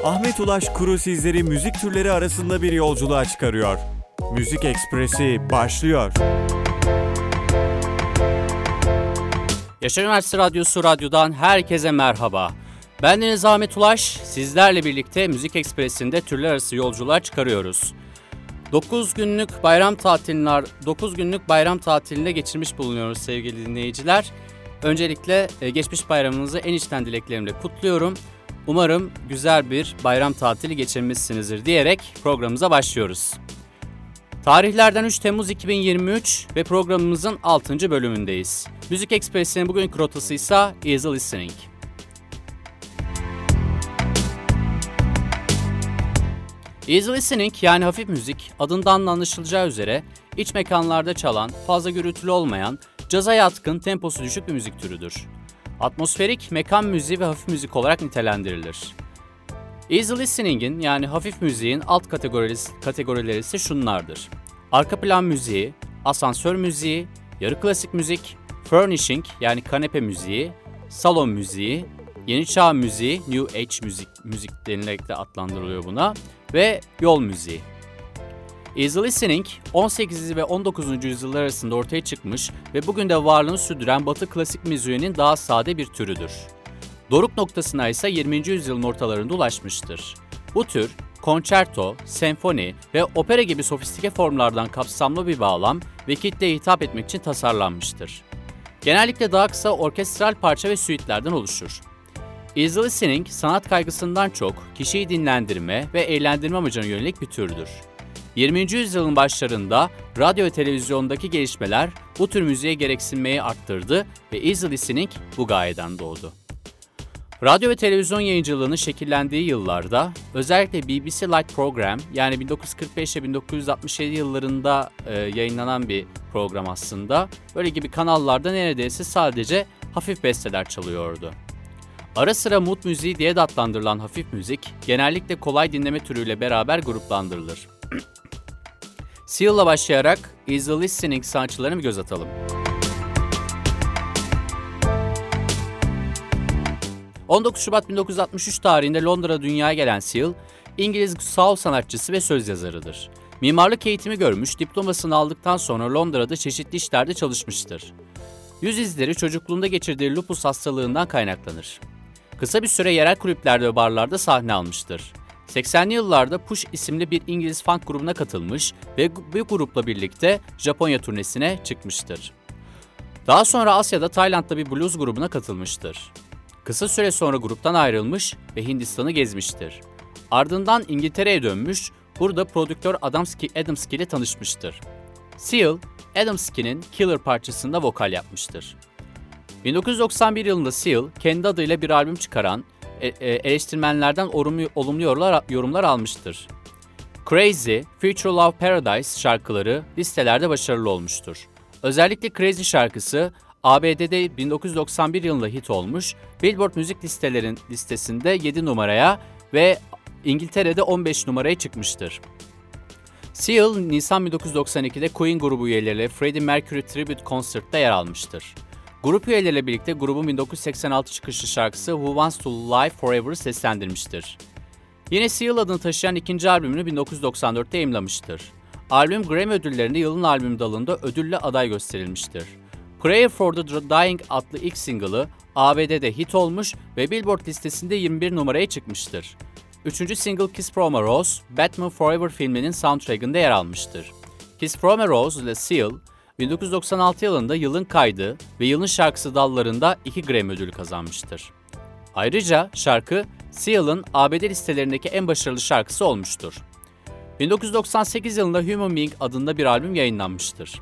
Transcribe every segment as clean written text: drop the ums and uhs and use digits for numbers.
Ahmet Ulaş Kuru sizleri müzik türleri arasında bir yolculuğa çıkarıyor. Müzik Ekspresi başlıyor. Yaşar Üniversitesi Radyosu Radyo'dan herkese merhaba. Ben Deniz Ahmet Ulaş, sizlerle birlikte Müzik Ekspresi'nde türler arası yolculuğa çıkarıyoruz. 9 günlük bayram tatilinde geçirmiş bulunuyoruz sevgili dinleyiciler. Öncelikle geçmiş bayramınızı en içten dileklerimle kutluyorum. Umarım güzel bir bayram tatili geçirmişsinizdir diyerek programımıza başlıyoruz. Tarihlerden 3 Temmuz 2023 ve programımızın 6. bölümündeyiz. Müzik Ekspresi'nin bugünkü rotası ise Easy Listening. Easy Listening yani hafif müzik adından da anlaşılacağı üzere iç mekanlarda çalan, fazla gürültülü olmayan, caza yatkın, temposu düşük bir müzik türüdür. Atmosferik, mekan müziği ve hafif müzik olarak nitelendirilir. Easy Listening'in yani hafif müziğin alt kategorileri ise şunlardır. Arka plan müziği, asansör müziği, yarı klasik müzik, furnishing yani kanepe müziği, salon müziği, yeni çağ müziği, New Age müzik denilerek de adlandırılıyor buna ve yol müziği. Easy Listening, 18. ve 19. yüzyıllar arasında ortaya çıkmış ve bugün de varlığını sürdüren Batı klasik müziğinin daha sade bir türüdür. Doruk noktasına ise 20. yüzyılın ortalarında ulaşmıştır. Bu tür, konçerto, senfoni ve opera gibi sofistike formlardan kapsamlı bir bağlam ve kitleye hitap etmek için tasarlanmıştır. Genellikle daha kısa orkestral parça ve süitlerden oluşur. Easy Listening, sanat kaygısından çok kişiyi dinlendirme ve eğlendirme amacına yönelik bir türdür. 20. yüzyılın başlarında radyo ve televizyondaki gelişmeler bu tür müziğe gereksinmeyi arttırdı ve Easy Listening bu gayeden doğdu. Radyo ve televizyon yayıncılığının şekillendiği yıllarda özellikle BBC Light Program yani 1945 ile 1967 yıllarında yayınlanan bir program aslında. Böyle gibi kanallarda neredeyse sadece hafif besteler çalıyordu. Ara sıra mood müziği diye de adlandırılan hafif müzik genellikle kolay dinleme türüyle beraber gruplandırılır. Seal'la başlayarak Easy Listening sanatçılarına bir göz atalım. 19 Şubat 1963 tarihinde Londra'da dünyaya gelen Seal, İngiliz soul sanatçısı ve söz yazarıdır. Mimarlık eğitimi görmüş, diplomasını aldıktan sonra Londra'da çeşitli işlerde çalışmıştır. Yüz izleri çocukluğunda geçirdiği lupus hastalığından kaynaklanır. Kısa bir süre yerel kulüplerde ve barlarda sahne almıştır. 80'li yıllarda Push isimli bir İngiliz funk grubuna katılmış ve bu grupla birlikte Japonya turnesine çıkmıştır. Daha sonra Asya'da Tayland'da bir blues grubuna katılmıştır. Kısa süre sonra gruptan ayrılmış ve Hindistan'ı gezmiştir. Ardından İngiltere'ye dönmüş, burada prodüktör Adam Ski ile tanışmıştır. Seal, Adam Ski'nin Killer parçasında vokal yapmıştır. 1991 yılında Seal, kendi adıyla bir albüm çıkaran, eleştirmenlerden olumlu yorumlar almıştır. Crazy, Future Love Paradise şarkıları listelerde başarılı olmuştur. Özellikle Crazy şarkısı ABD'de 1991 yılında hit olmuş, Billboard müzik listesinde 7 numaraya ve İngiltere'de 15 numaraya çıkmıştır. Seal, Nisan 1992'de Queen grubu üyeleriyle Freddie Mercury Tribute Concert'ta yer almıştır. Grup üyeleriyle birlikte grubun 1986 çıkışlı şarkısı Who Wants to Live Forever'ı seslendirmiştir. Yine Seal adını taşıyan ikinci albümünü 1994'te yayımlamıştır. Albüm Grammy ödüllerinde yılın albümü dalında ödülle aday gösterilmiştir. Prayer for the Dying adlı ilk single'ı ABD'de hit olmuş ve Billboard listesinde 21 numaraya çıkmıştır. Üçüncü single Kiss from a Rose, Batman Forever filminin soundtrack'ında yer almıştır. Kiss from a Rose ile Seal, 1996 yılında yılın kaydı ve yılın şarkısı dallarında 2 Grammy ödülü kazanmıştır. Ayrıca şarkı Seal'ın ABD listelerindeki en başarılı şarkısı olmuştur. 1998 yılında Human Being adında bir albüm yayınlamıştır.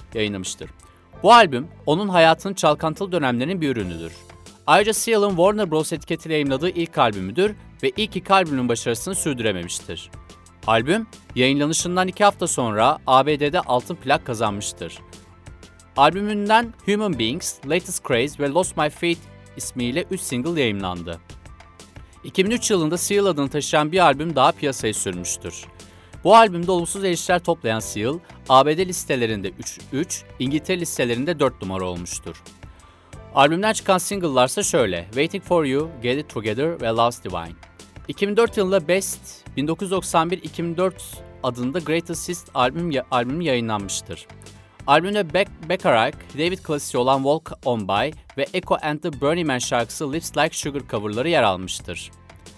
Bu albüm onun hayatının çalkantılı dönemlerinin bir ürünüdür. Ayrıca Seal'ın Warner Bros. Etiketiyle yayımladığı ilk albümüdür ve ilk iki albümün başarısını sürdürememiştir. Albüm, yayınlanışından 2 hafta sonra ABD'de altın plak kazanmıştır. Albümünden Human Beings, Latest Craze ve Lost My Faith ismiyle 3 single yayımlandı. 2003 yılında Seal adını taşıyan bir albüm daha piyasaya sürmüştür. Bu albümde olumsuz eleştiriler toplayan Seal, ABD listelerinde 3, İngiltere listelerinde 4 numara olmuştur. Albümden çıkan single'larsa şöyle: Waiting for You, Get It Together ve Love's Divine. 2004 yılında Best 1991-2004 adında Greatest Hits albümü yayınlanmıştır. Albümde Bacharach, David klasiği olan Walk On By ve Echo and the Burning Man şarkısı Lips Like Sugar coverları yer almıştır.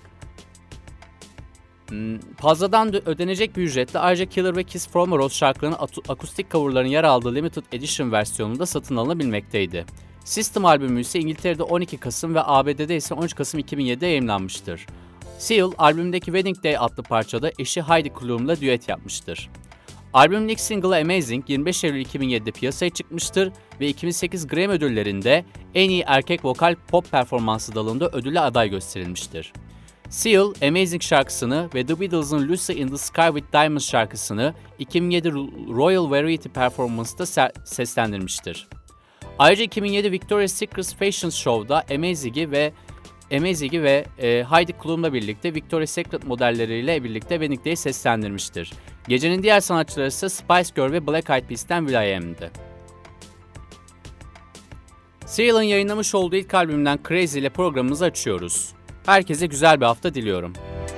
Fazladan ödenecek bir ücretle ayrıca Killer ve Kiss From a Rose şarkılarının akustik coverlarının yer aldığı Limited Edition versiyonunda satın alınabilmekteydi. System albümü ise İngiltere'de 12 Kasım ve ABD'de ise 13 Kasım 2007'de yayımlanmıştır. Seal, albümdeki Wedding Day adlı parçada eşi Heidi Klum'la düet yapmıştır. Albümün ilk single'ı Amazing 25 Eylül 2007'de piyasaya çıkmıştır ve 2008 Grammy ödüllerinde en iyi erkek vokal pop performansı dalında ödülle aday gösterilmiştir. Seal, Amazing şarkısını ve The Beatles'ın Lucy in the Sky with Diamonds şarkısını 2007 Royal Variety Performance'da seslendirmiştir. Ayrıca 2007 Victoria's Secret Fashion Show'da Amazing'i ve Heidi Klum'la birlikte Victoria's Secret modelleriyle birlikte Wedding Day'i seslendirmiştir. Gecenin diğer sanatçıları ise Spice Girl ve Black Eyed Peas'ten will.i.am'di. Seal'ın yayınlamış olduğu ilk albümünden Crazy ile programımızı açıyoruz. Herkese güzel bir hafta diliyorum.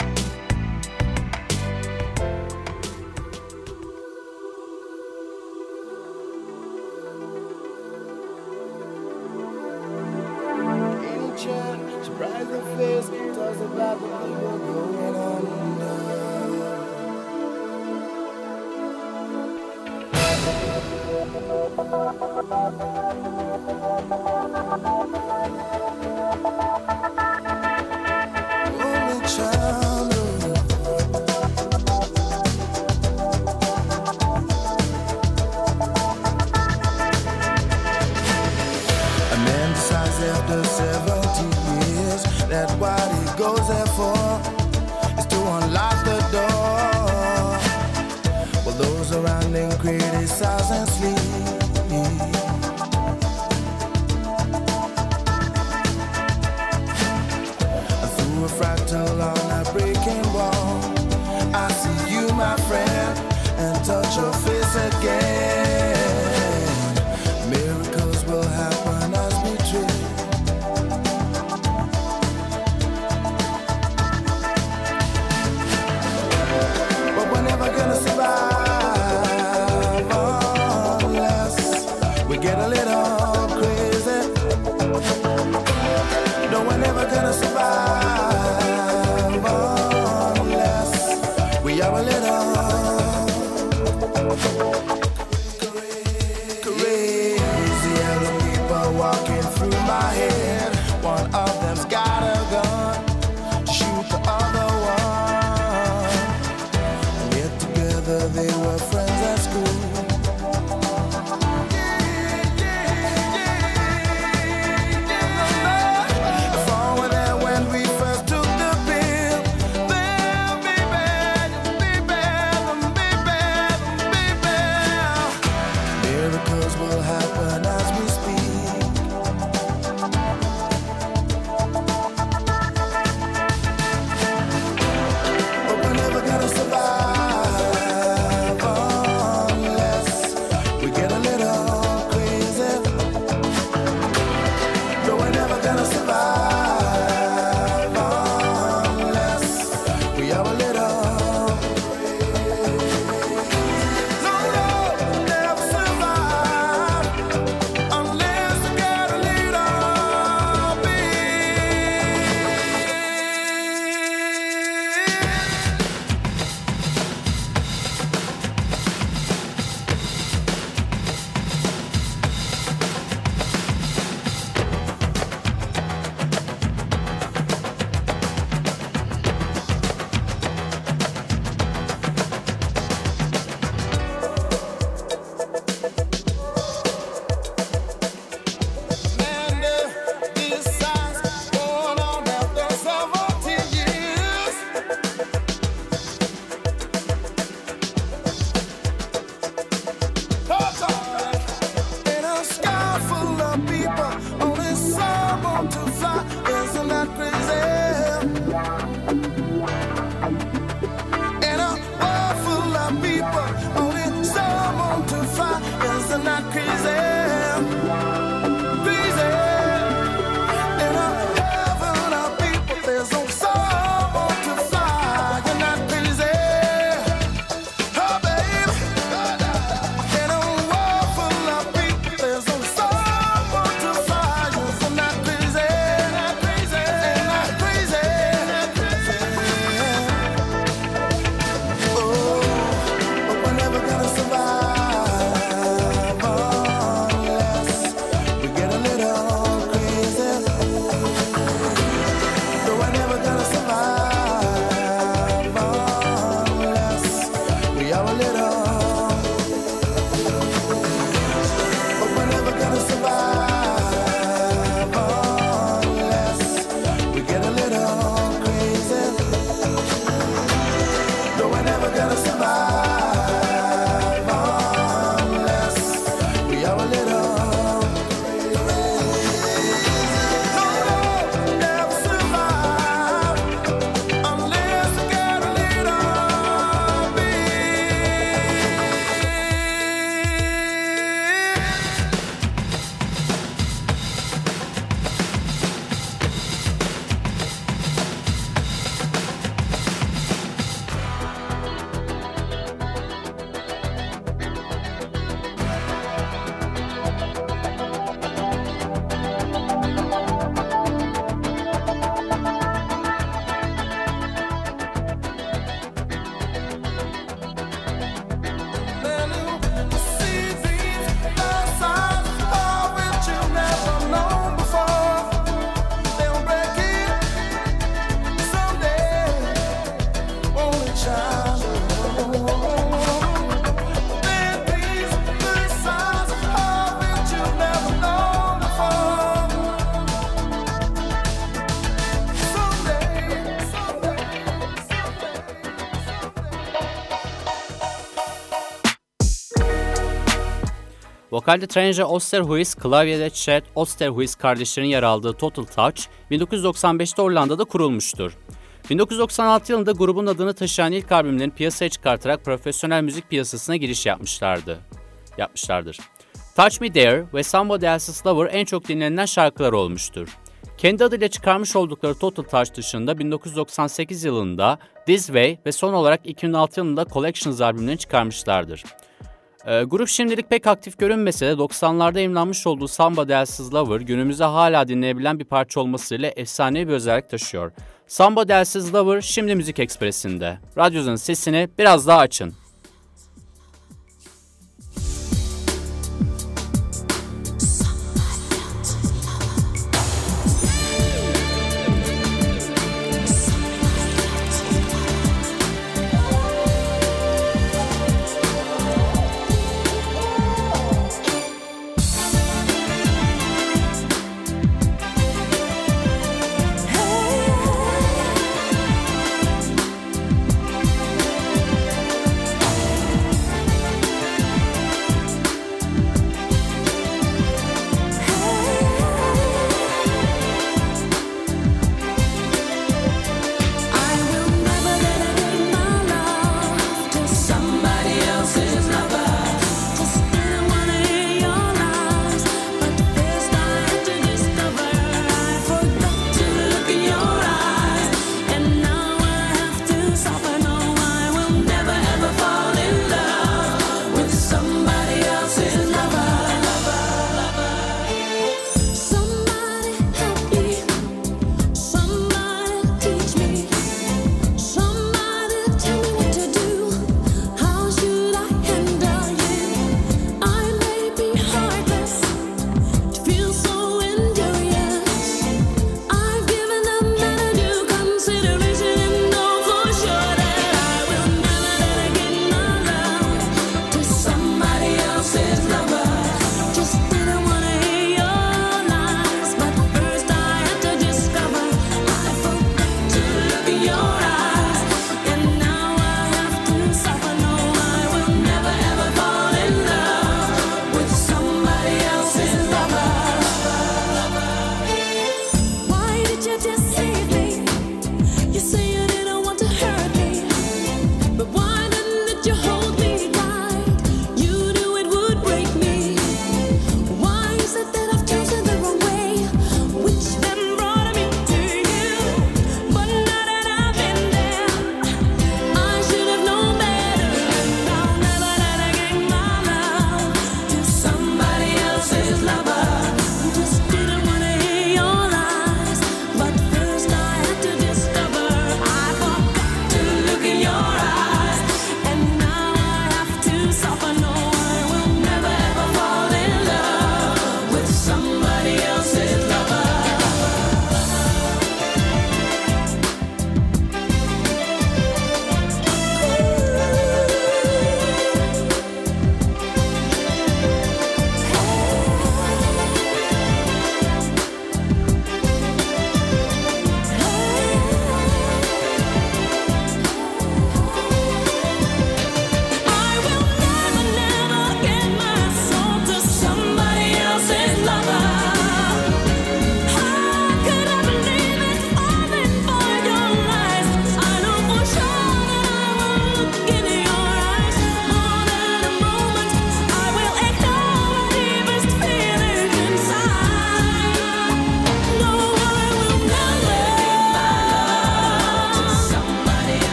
After 70 years, that what he goes there for is to unlock the door. Well, those around him criticize and sleep. And through a fractal on a breaking wall, I see you, my friend, and touch your face again. Miracles will happen as we dream. Gonna survive unless we get a little crazy. No, we're never gonna survive unless we are a little crazy. Yellow people walking through my head. One of them's got a gun to shoot the other one. They were friends at school. If all were there when we first took the pill, then baby, miracles will happen as we speak. But we're never gonna survive Vokalde Trine Oosterhuis, klavyede Chet Oosterhuis kardeşlerin yer aldığı Total Touch, 1995'te Hollanda'da kurulmuştur. 1996 yılında grubun adını taşıyan ilk albümlerini piyasaya çıkartarak profesyonel müzik piyasasına giriş yapmışlardır. Touch Me There ve Somebody Else's Lover en çok dinlenen şarkılar olmuştur. Kendi adıyla çıkarmış oldukları Total Touch dışında 1998 yılında This Way ve son olarak 2006 yılında Collections albümlerini çıkarmışlardır. Grup şimdilik pek aktif görünmese de 90'larda yayımlanmış olduğu Somebody Else's Lover günümüzde hala dinleyebilen bir parça olmasıyla efsanevi bir özellik taşıyor. Somebody Else's Lover şimdi Müzik Ekspresi'nde. Radyonuzun sesini biraz daha açın.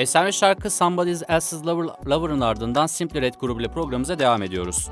Eser ve şarkı Somebody Else's Lover'ın ardından Simply Red grubuyla programımıza devam ediyoruz.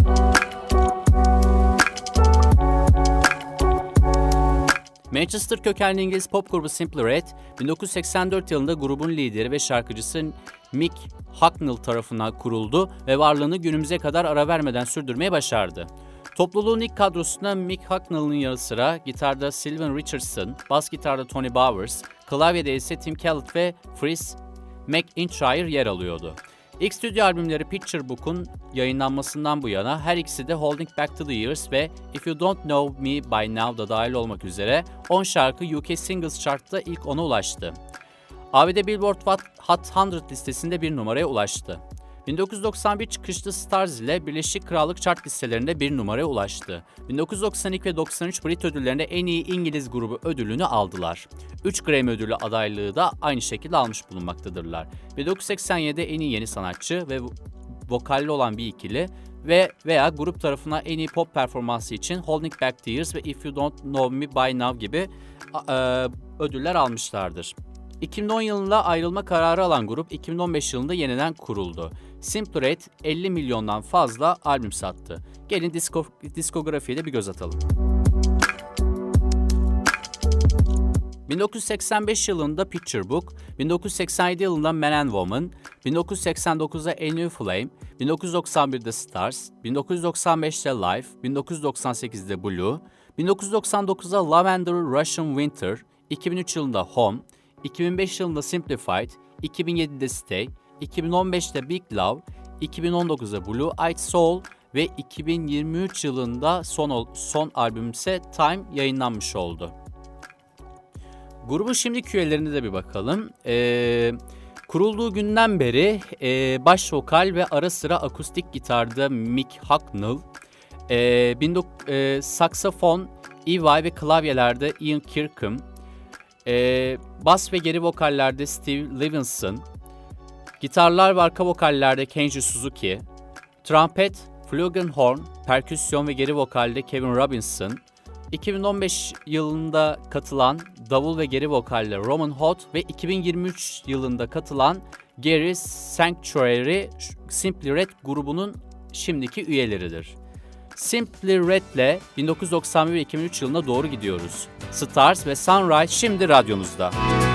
Manchester kökenli İngiliz pop grubu Simply Red, 1984 yılında grubun lideri ve şarkıcısı Mick Hucknall tarafından kuruldu ve varlığını günümüze kadar ara vermeden sürdürmeye başardı. Topluluğun ilk kadrosunda Mick Hucknall'ın yanı sıra gitarda Sylvan Richardson, bas gitarda Tony Bowers, klavyede ise Tim Kellett ve Fritz McIntyre yer alıyordu. İlk stüdyo albümleri Picture Book'un yayınlanmasından bu yana her ikisi de Holding Back to the Years ve If You Don't Know Me By Now da dahil olmak üzere 10 şarkı UK Singles Chart'ta ilk 10'a ulaştı. ABD Billboard Hot 100 listesinde bir numaraya ulaştı. 1991 çıkışlı Stars ile Birleşik Krallık chart listelerinde bir numaraya ulaştı. 1992 ve 93 Brit ödüllerinde en iyi İngiliz grubu ödülünü aldılar. 3 Grammy ödülü adaylığı da aynı şekilde almış bulunmaktadırlar. 1987'de en iyi yeni sanatçı ve vokalli olan bir ikili veya grup tarafından en iyi pop performansı için Holding Back the Years ve If You Don't Know Me By Now gibi ödüller almışlardır. 2010 yılında ayrılma kararı alan grup 2015 yılında yeniden kuruldu. Simply Red 50 milyondan fazla albüm sattı. Gelin diskografiye de bir göz atalım. 1985 yılında Picture Book, 1987 yılında Man and Woman, 1989'da A New Flame, 1991'de Stars, 1995'te Life, 1998'de Blue, 1999'da Lavender Russian Winter, 2003 yılında Home, 2005 yılında Simplified, 2007'de Stay, 2015'te Big Love, 2019'da Blue Eyed Soul ve 2023 yılında son albümse Time yayınlanmış oldu. Grubun şimdiki üyelerine de bir bakalım. Kurulduğu günden beri baş vokal ve ara sıra akustik gitarda Mick Hucknall, saksafon, EY ve klavyelerde Ian Kirkham, bas ve geri vokallerde Steve Livingston, gitarlar ve arka vokallerde Kenji Suzuki, trompet, flugelhorn, perküsyon ve geri vokalde Kevin Robinson, 2015 yılında katılan davul ve geri vokalle Roman Holt ve 2023 yılında katılan Gary Sanctuary Simply Red grubunun şimdiki üyeleridir. Simply Red'le 1991 ve 2003 yılına doğru gidiyoruz. Stars ve Sunrise şimdi radyonuzda.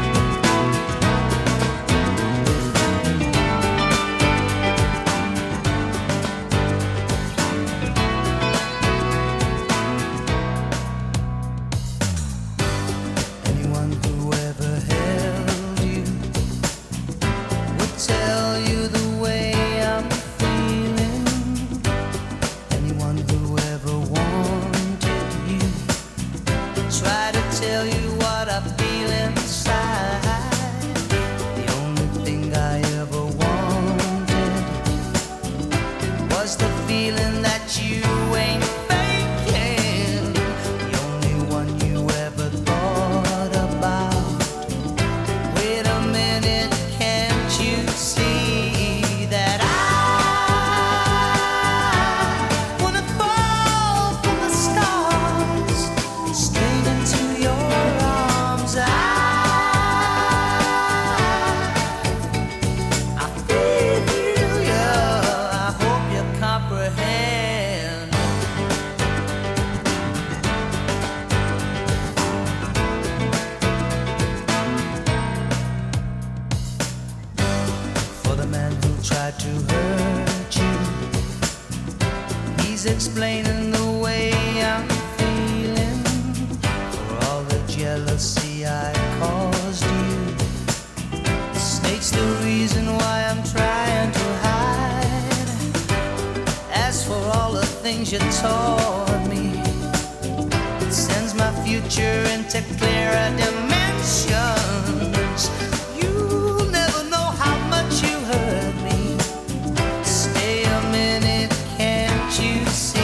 Explaining the way I'm feeling for all the jealousy I caused you. States the reason why I'm trying to hide. As for all the things you taught me, it sends my future into clearer dimensions. You'll never know how much you hurt me. Stay a minute, can't you see?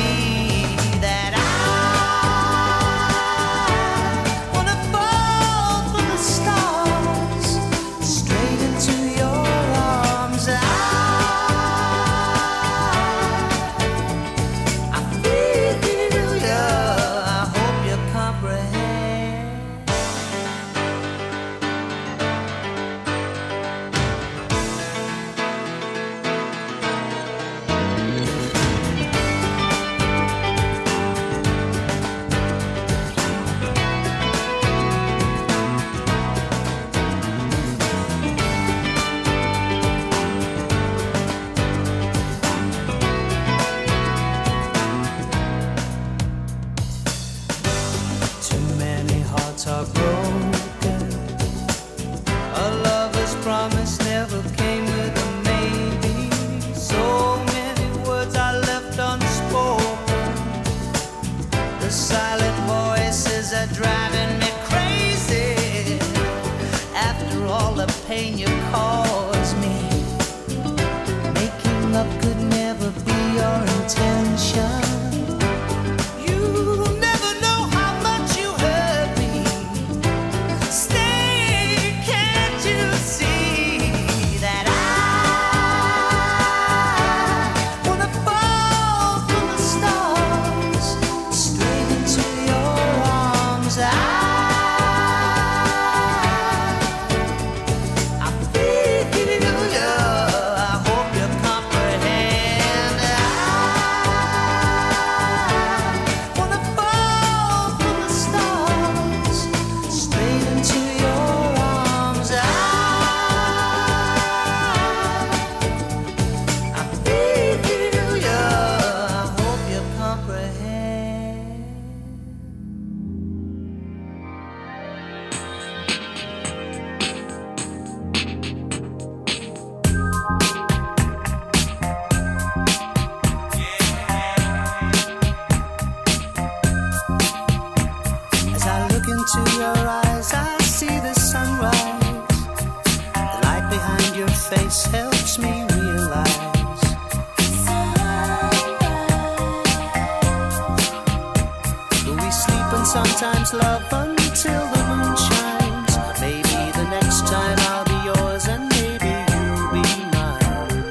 Sometimes love until the moon shines. Maybe the next time I'll be yours and maybe you'll be mine.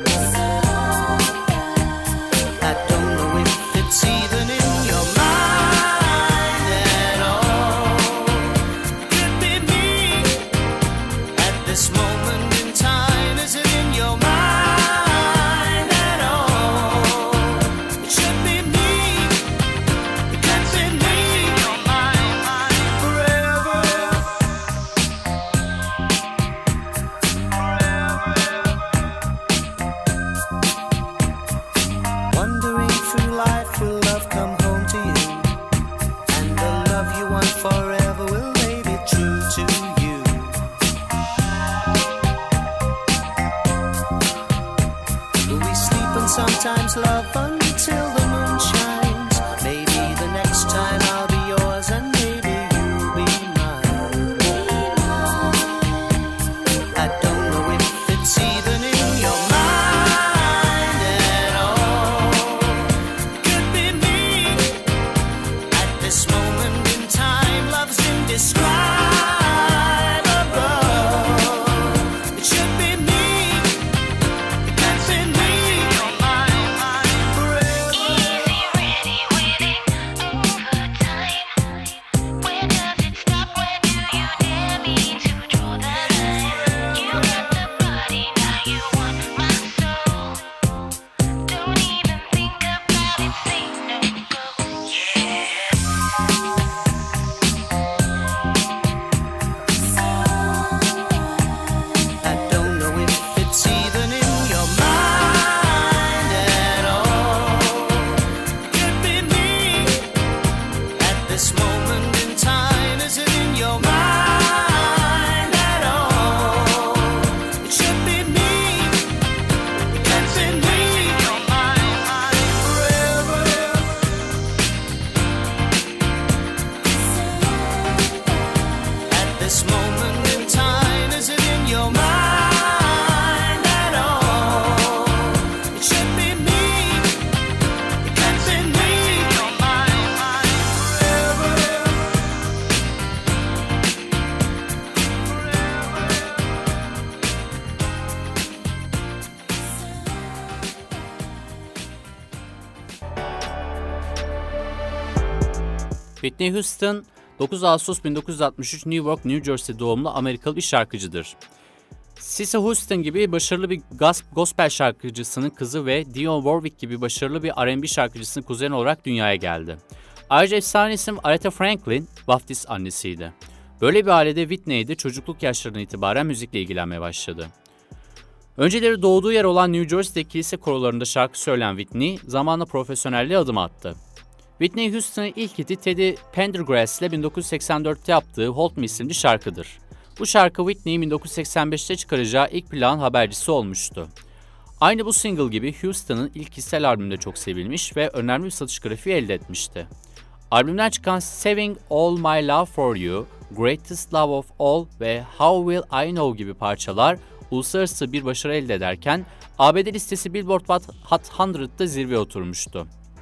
I don't know if it's even in your mind at all. Could be me at this moment in time. Is it in your mind at all? It should be me. It can't be me. Sometimes love until the moon shines. Maybe the next time I'll be yours and maybe you'll be mine. I don't know if it's even in your mind at all. Could be me at this moment in time. Love's indescribable. It should be me. It can't be me. Whitney Houston, 9 Ağustos 1963 New York, New Jersey doğumlu Amerikalı bir şarkıcıdır. Cissy Houston gibi başarılı bir gospel şarkıcısının kızı ve Dionne Warwick gibi başarılı bir R&B şarkıcısının kuzeni olarak dünyaya geldi. Ayrıca efsane isim Aretha Franklin, vaftiz annesiydi. Böyle bir ailede Whitney de çocukluk yaşlarından itibaren müzikle ilgilenmeye başladı. Önceleri doğduğu yer olan New Jersey'deki kilise korolarında şarkı söyleyen Whitney, zamanla profesyonelliğe adım attı. Whitney Houston'ın ilk hiti Teddy Pendergrass ile 1984'te yaptığı Hold Me isimli şarkıdır. Bu şarkı Whitney'in 1985'te çıkaracağı ilk plan habercisi olmuştu. Aynı bu single gibi Houston'ın ilk kişisel albümünde çok sevilmiş ve önemli bir satış grafiği elde etmişti. Albümden çıkan Saving All My Love For You, Greatest Love Of All ve How Will I Know gibi parçalar uluslararası bir başarı elde ederken ABD listesi Billboard Hot 100'da zirveye oturmuştu.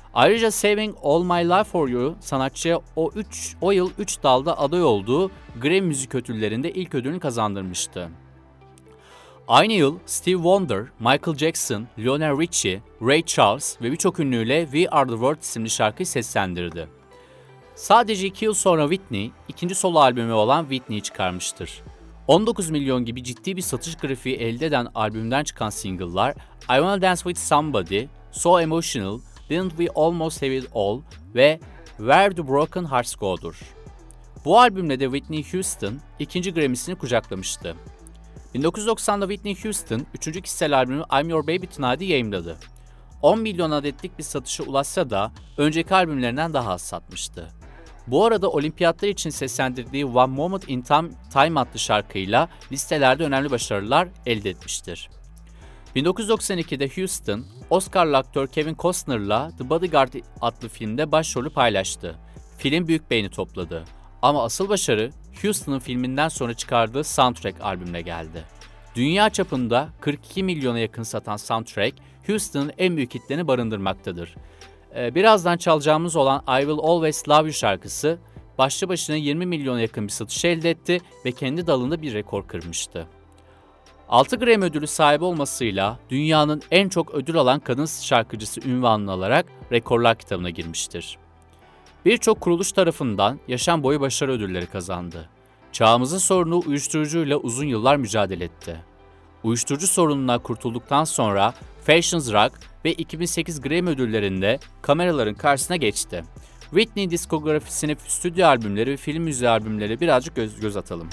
Ayrıca Saving All My Life For You sanatçıya o yıl 3 dalda aday olduğu Grammy Müzik Ödülleri'nde ilk ödülünü kazandırmıştı. Aynı yıl Stevie Wonder, Michael Jackson, Lionel Richie, Ray Charles ve birçok ünlüyle We Are The World isimli şarkıyı seslendirdi. Sadece 2 yıl sonra Whitney, ikinci solo albümü olan Whitney'i çıkarmıştır. 19 milyon gibi ciddi bir satış grafiği elde eden albümden çıkan single'lar I Wanna Dance With Somebody, So Emotional, Didn't We Almost Have It All ve Where The Broken Hearts Go'dur. Bu albümle de Whitney Houston ikinci Grammy'sini kucaklamıştı. 1990'da Whitney Houston 3. kişisel albümü I'm Your Baby Tonight'ı yayımladı. 10 milyon adetlik bir satışa ulaşsa da önceki albümlerinden daha az satmıştı. Bu arada olimpiyatlar için seslendirdiği One Moment in Time adlı şarkıyla listelerde önemli başarılar elde etmiştir. 1992'de Houston, Oscar'lı aktör Kevin Costner'la The Bodyguard adlı filmde başrolü paylaştı. Film büyük beğeni topladı. Ama asıl başarı Houston'ın filminden sonra çıkardığı soundtrack albümle geldi. Dünya çapında 42 milyona yakın satan soundtrack, Houston'ın en büyük hitlerini barındırmaktadır. Birazdan çalacağımız olan I Will Always Love You şarkısı, başlı başına 20 milyona yakın bir satış elde etti ve kendi dalında bir rekor kırmıştı. 6 Grammy ödülü sahibi olmasıyla dünyanın en çok ödül alan kadın şarkıcısı unvanını alarak rekorlar kitabına girmiştir. Birçok kuruluş tarafından yaşam boyu başarı ödülleri kazandı. Çağımızın sorunu uyuşturucuyla uzun yıllar mücadele etti. Uyuşturucu sorunundan kurtulduktan sonra Fashions Rock ve 2008 Grammy ödüllerinde kameraların karşısına geçti. Whitney diskografisine stüdyo albümleri ve film müziği albümleri birazcık göz atalım.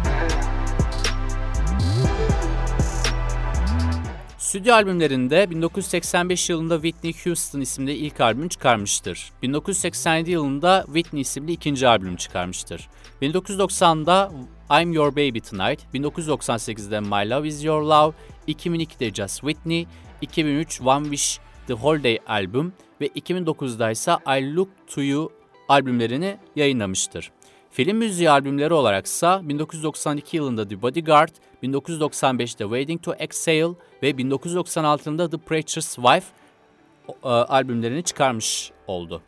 Stüdyo albümlerinde 1985 yılında Whitney Houston isimli ilk albüm çıkarmıştır. 1987 yılında Whitney isimli ikinci albüm çıkarmıştır. 1990'da I'm Your Baby Tonight, 1998'de My Love Is Your Love, 2002'de Just Whitney, 2003 One Wish The Holiday albüm ve 2009'da ise I Look To You albümlerini yayınlamıştır. Film müziği albümleri olaraksa 1992 yılında The Bodyguard, 1995'te Waiting To Exhale ve 1996'da The Preacher's Wife albümlerini çıkarmış oldu.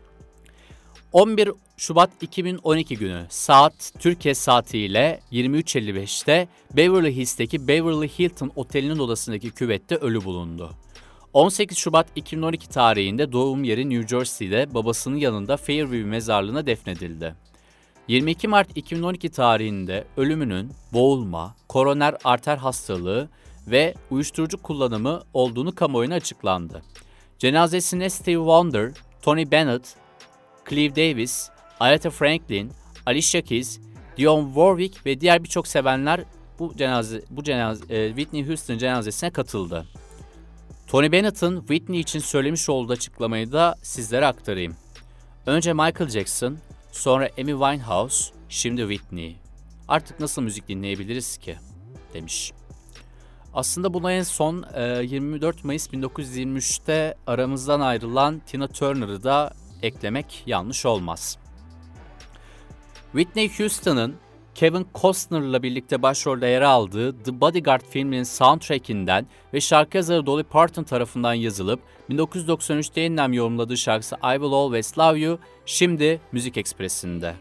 11 Şubat 2012 günü saat Türkiye saatiyle 23.55'te Beverly Hills'teki Beverly Hilton Oteli'nin odasındaki küvette ölü bulundu. 18 Şubat 2012 tarihinde doğum yeri New Jersey'de babasının yanında Fairview mezarlığına defnedildi. 22 Mart 2012 tarihinde ölümünün boğulma, koroner arter hastalığı ve uyuşturucu kullanımı olduğunu kamuoyuna açıklandı. Cenazesine Stevie Wonder, Tony Bennett, Clive Davis, Aretha Franklin, Alicia Keys, Dionne Warwick ve diğer birçok sevenler Whitney Houston cenazesine katıldı. Tony Bennett'ın Whitney için söylemiş olduğu açıklamayı da sizlere aktarayım. Önce Michael Jackson, sonra Amy Winehouse, şimdi Whitney. Artık nasıl müzik dinleyebiliriz ki? Demiş. Aslında buna en son 24 Mayıs 1923'te aramızdan ayrılan Tina Turner'ı da eklemek yanlış olmaz. Whitney Houston'ın Kevin Costner'la birlikte başrolde yer aldığı The Bodyguard filminin soundtrackinden ve şarkı yazarı Dolly Parton tarafından yazılıp 1993'te yeniden yorumladığı şarkısı I Will Always Love You şimdi Müzik Ekspresi'nde.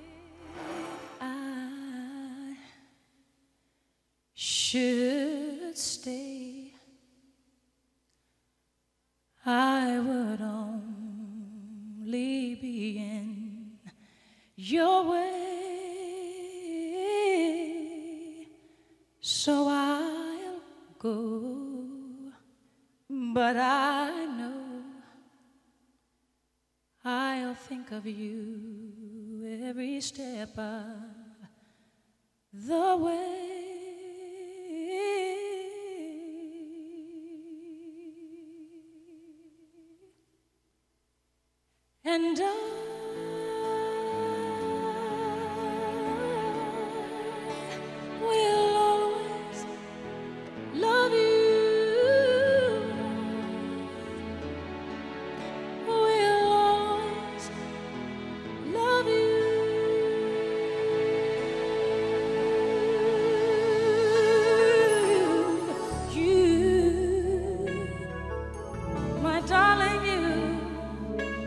I should stay. I would only be in your way. So I'll go, but I know I'll think of you every step of the way. And will always love you. Will always love you. You, my darling, you.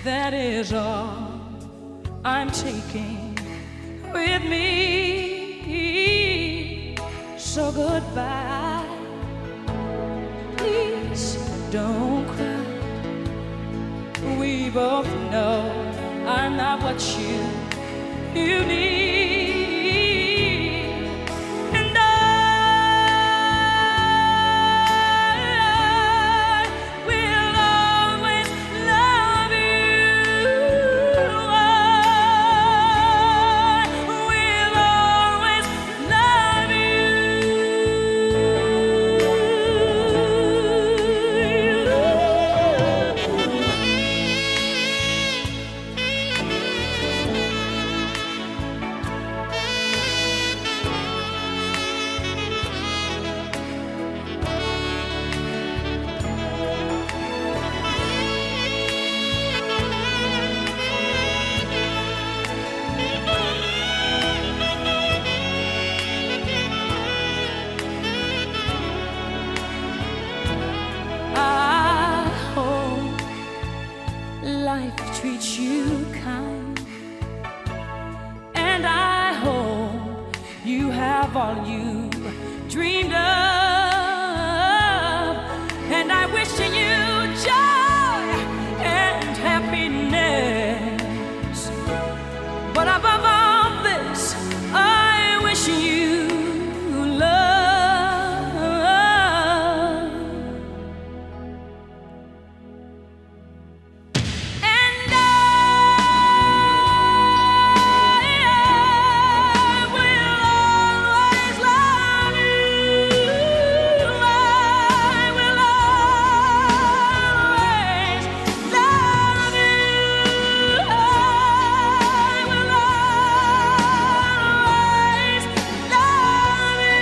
that is all I'm taking with me. So goodbye, please don't cry. We both know I'm not what you need. And I will always love you. I will always love I hope life treats you kind, and I hope you have all you dreamed of, and I wish you joy and happiness. But above all this, I wish you love. And I will always love you. I will always love you. I will always love you.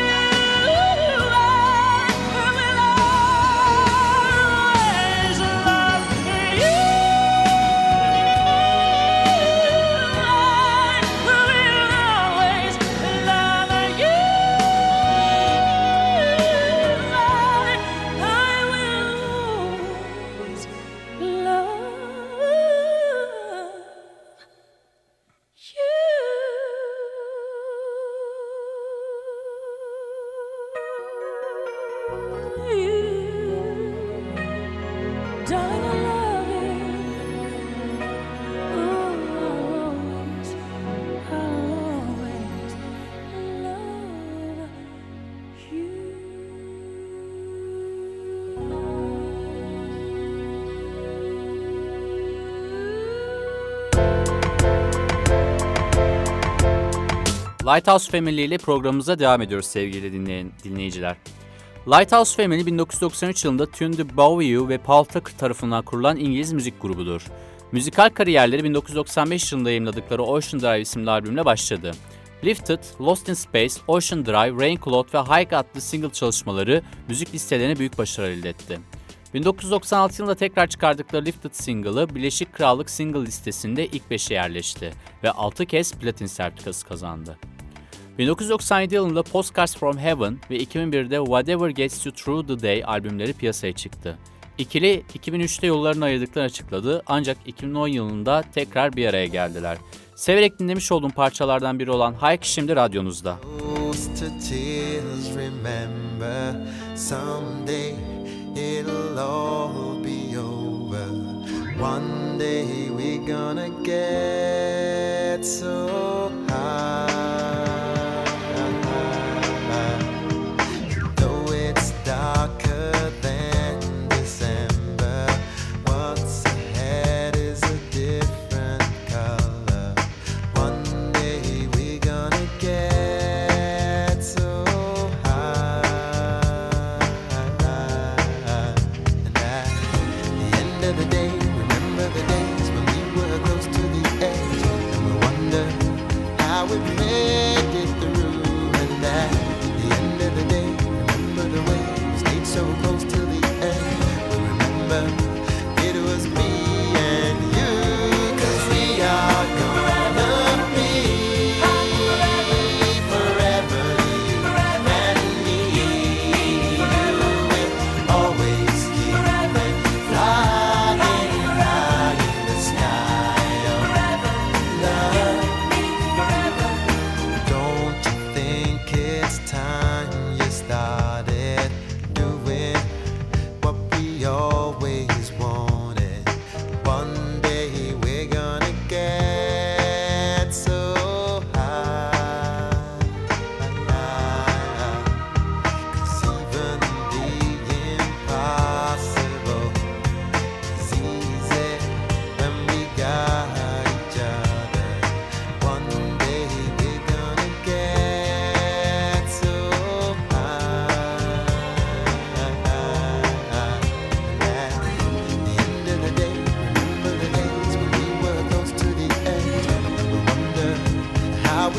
Darling, I love you. I'll always love Lighthouse Family ile programımıza devam ediyoruz sevgili dinleyiciler. Lighthouse Family 1993 yılında Tune de Beaulieu ve Paul Tucker tarafından kurulan İngiliz müzik grubudur. Müzikal kariyerleri 1995 yılında yayımladıkları Ocean Drive isimli albümle başladı. Lifted, Lost in Space, Ocean Drive, Rain Cloud ve High adlı single çalışmaları müzik listelerine büyük başarı elde etti. 1996 yılında tekrar çıkardıkları Lifted single'ı Birleşik Krallık single listesinde ilk 5'e yerleşti ve 6 kez platin sertifikası kazandı. 1997 yılında Postcards from Heaven ve 2001'de Whatever Gets You Through the Day albümleri piyasaya çıktı. İkili 2003'te yollarını ayırdıklarını açıkladı ancak 2010 yılında tekrar bir araya geldiler. Severek dinlemiş olduğum parçalardan biri olan Hike şimdi radyonuzda. To tears, remember someday it'll all be over. One day we're gonna get so high. Though it's darker than December, what's ahead is a different color. One day we're gonna get so high. And at the end of the day, remember the days when we were close to the edge, and we wonder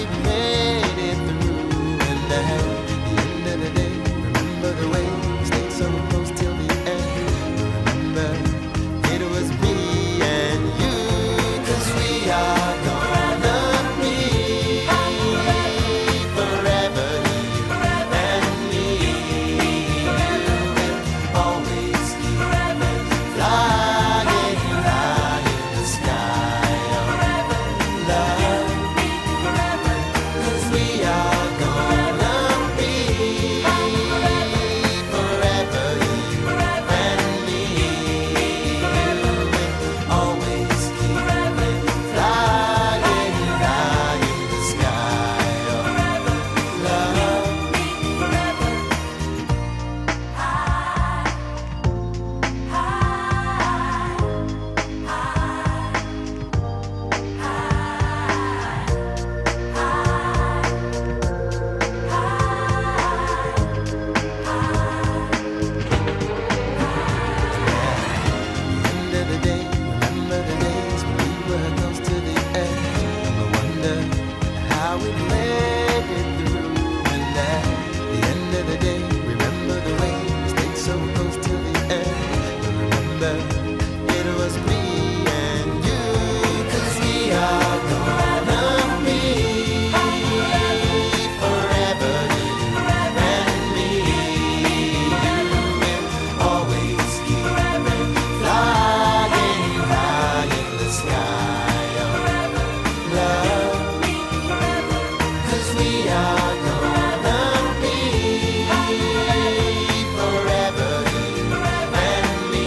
we made it through. And at the end of the day, remember the way we stayed so close till the end. Remember, it was me and you, 'cause we are gonna be forever, you and me. Always keep flying high in the sky of love. 'Cause we are gonna be forever, you and me. Always keep flying high in the sky of love. End of the day, remember the days when we were close to the edge. And I wonder how we made it through. And at the end of the day, remember the way we stayed so close to the edge. But remember, it was me and you, 'cause we are gonna be forever, you and me. Always keep flying high in the sky of love. 'Cause we are gonna be forever, you and me.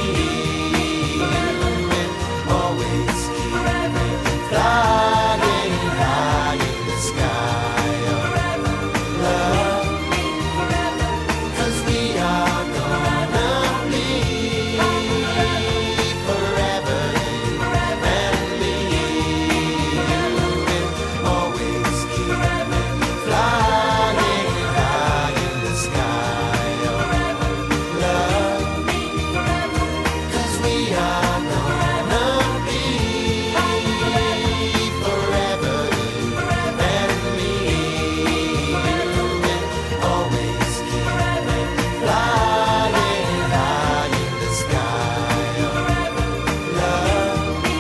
Always keep flying high in the sky of love. 'Cause we are gonna be forever, you and me. Always keep flying high in the sky of love. 'Cause we are gonna be forever, you and me. Always keep flying high in the sky of love.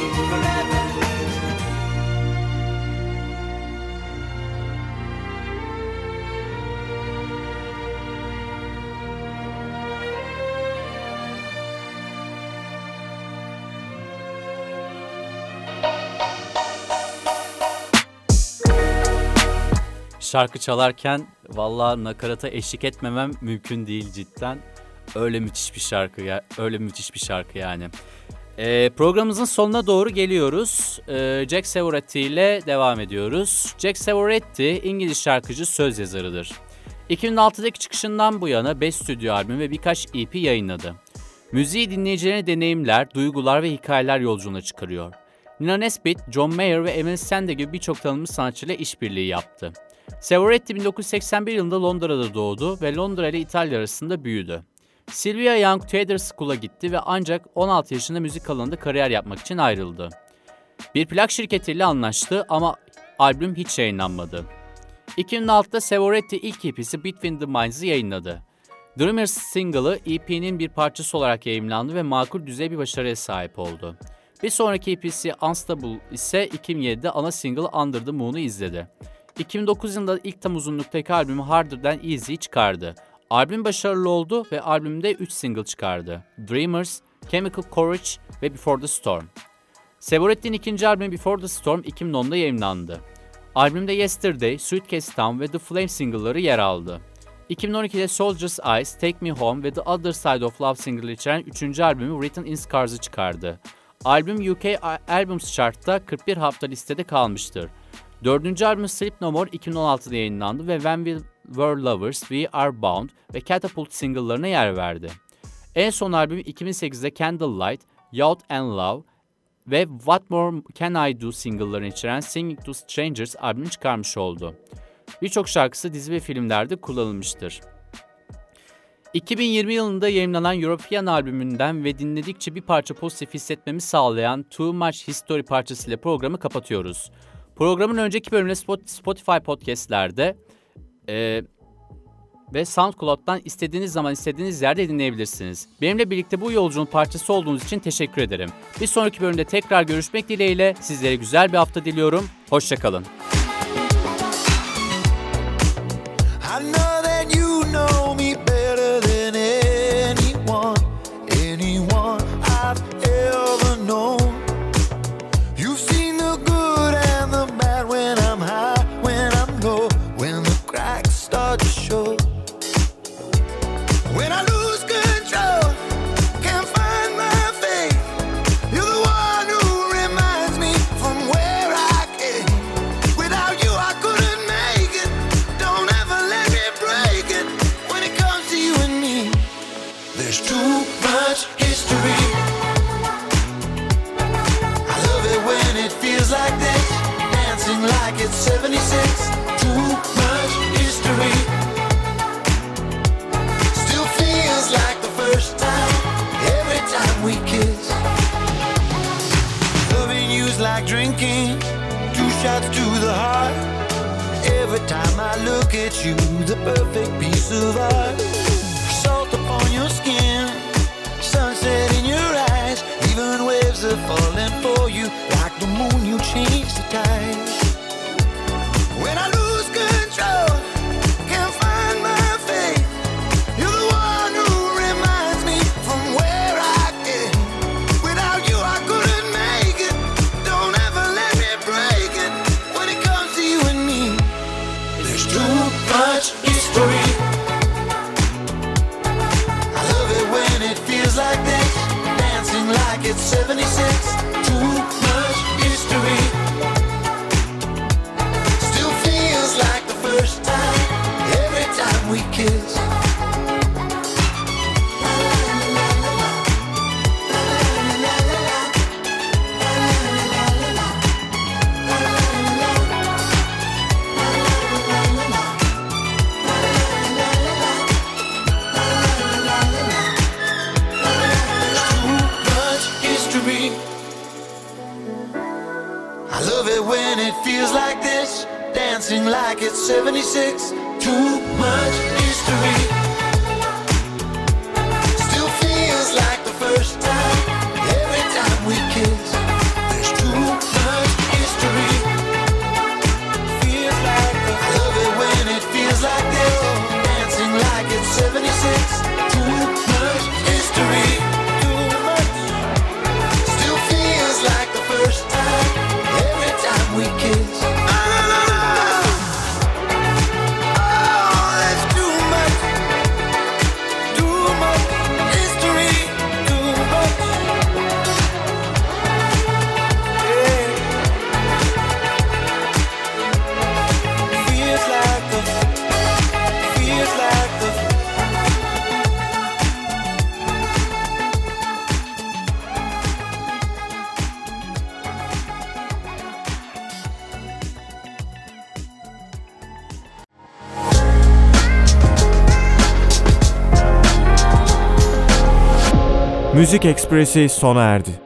Şarkı çalarken vallahi nakarata eşlik etmemem mümkün değil cidden. Öyle müthiş bir şarkı ya, öyle müthiş bir şarkı yani. Programımızın sonuna doğru geliyoruz. Jack Savoretti ile devam ediyoruz. Jack Savoretti İngiliz şarkıcı, söz yazarıdır. 2006'daki çıkışından bu yana 5 stüdyo albüm ve birkaç EP yayınladı. Müziği dinleyicilerine deneyimler, duygular ve hikayeler yolculuğuna çıkarıyor. Nina Nesbitt, John Mayer ve Emily Sandé gibi birçok tanınmış sanatçıyla işbirliği yaptı. Savoretti 1981 yılında Londra'da doğdu ve Londra ile İtalya arasında büyüdü. Sylvia Young Theatre School'a gitti ve ancak 16 yaşında müzik alanında kariyer yapmak için ayrıldı. Bir plak şirketiyle anlaştı ama albüm hiç yayınlanmadı. 2006'da Savoretti ilk EP'si Between the Minds'ı yayınladı. Dreamers single'ı EP'nin bir parçası olarak yayımlandı ve makul düzey bir başarıya sahip oldu. Bir sonraki EP'si Unstable ise 2007'de ana single Under the Moon'u izledi. 2009 yılında ilk tam uzunluktaki albümü Harder Than Easy'yi çıkardı. Albüm başarılı oldu ve albümde 3 single çıkardı: Dreamers, Chemical Courage ve Before the Storm. Savoretti'nin ikinci albümü Before the Storm 2010'da yayımlandı. Albümde Yesterday, Suitcase Town ve The Flame single'ları yer aldı. 2012'de Soldier's Eyes, Take Me Home ve The Other Side of Love single'ı içeren 3. albümü Written in Scars'ı çıkardı. Albüm UK Albums Chart'ta 41 hafta listede kalmıştır. 4. albüm Sleep No More 2016'da yayınlandı ve When We Were Lovers, We Are Bound ve Catapult single'larına yer verdi. En son albüm 2008'de Candlelight, Youth and Love ve What More Can I Do single'larını içeren Singing to Strangers albümünü çıkarmış oldu. Birçok şarkısı dizi ve filmlerde kullanılmıştır. 2020 yılında yayımlanan European albümünden ve dinledikçe bir parça pozitif hissetmemi sağlayan Too Much History parçasıyla programı kapatıyoruz. Programın önceki bölümünde Spotify podcastlerde ve SoundCloud'dan istediğiniz zaman istediğiniz yerde dinleyebilirsiniz. Benimle birlikte bu yolculuğun parçası olduğunuz için teşekkür ederim. Bir sonraki bölümde tekrar görüşmek dileğiyle sizlere güzel bir hafta diliyorum. Hoşça kalın. I know that you know me better than anyone I've ever known. You've seen the good and the bad when I'm high, when I'm low, when the cracks start to show. When I lose control, can't find my faith. You're the one who reminds me from where I came. Without you I couldn't make it. Don't ever let me break it. When it comes to you and me, there's too much history. I love it when it feels like this, dancing like it's 76. Too much history. Still feels like the first time, every time we kiss. Loving you's like drinking, 2 shots to the heart. Every time I look at you, the perfect piece of art. Salt upon your skin, sunset in your eyes. Even waves are falling for you, like the moon you change the tide. When I lose control, can't find my faith. You're the one who reminds me from where I came. Without you I couldn't make it. Don't ever let me break it. When it comes to you and me, there's too much history. I love it when it feels like this, dancing like it's 76. Too much history. Still feels like the first time, every time we kiss. History. I love it when it feels like this, dancing like it's 76. Too much history. Still feels like the first time, every time we kiss. There's too much history. Feels like I love it when it feels like this, dancing like it's 76. Too much history. Like the first time, every time we kiss. Oh, that's too much history, too much. Yeah. Feels like the. Müzik Ekspresi sona erdi.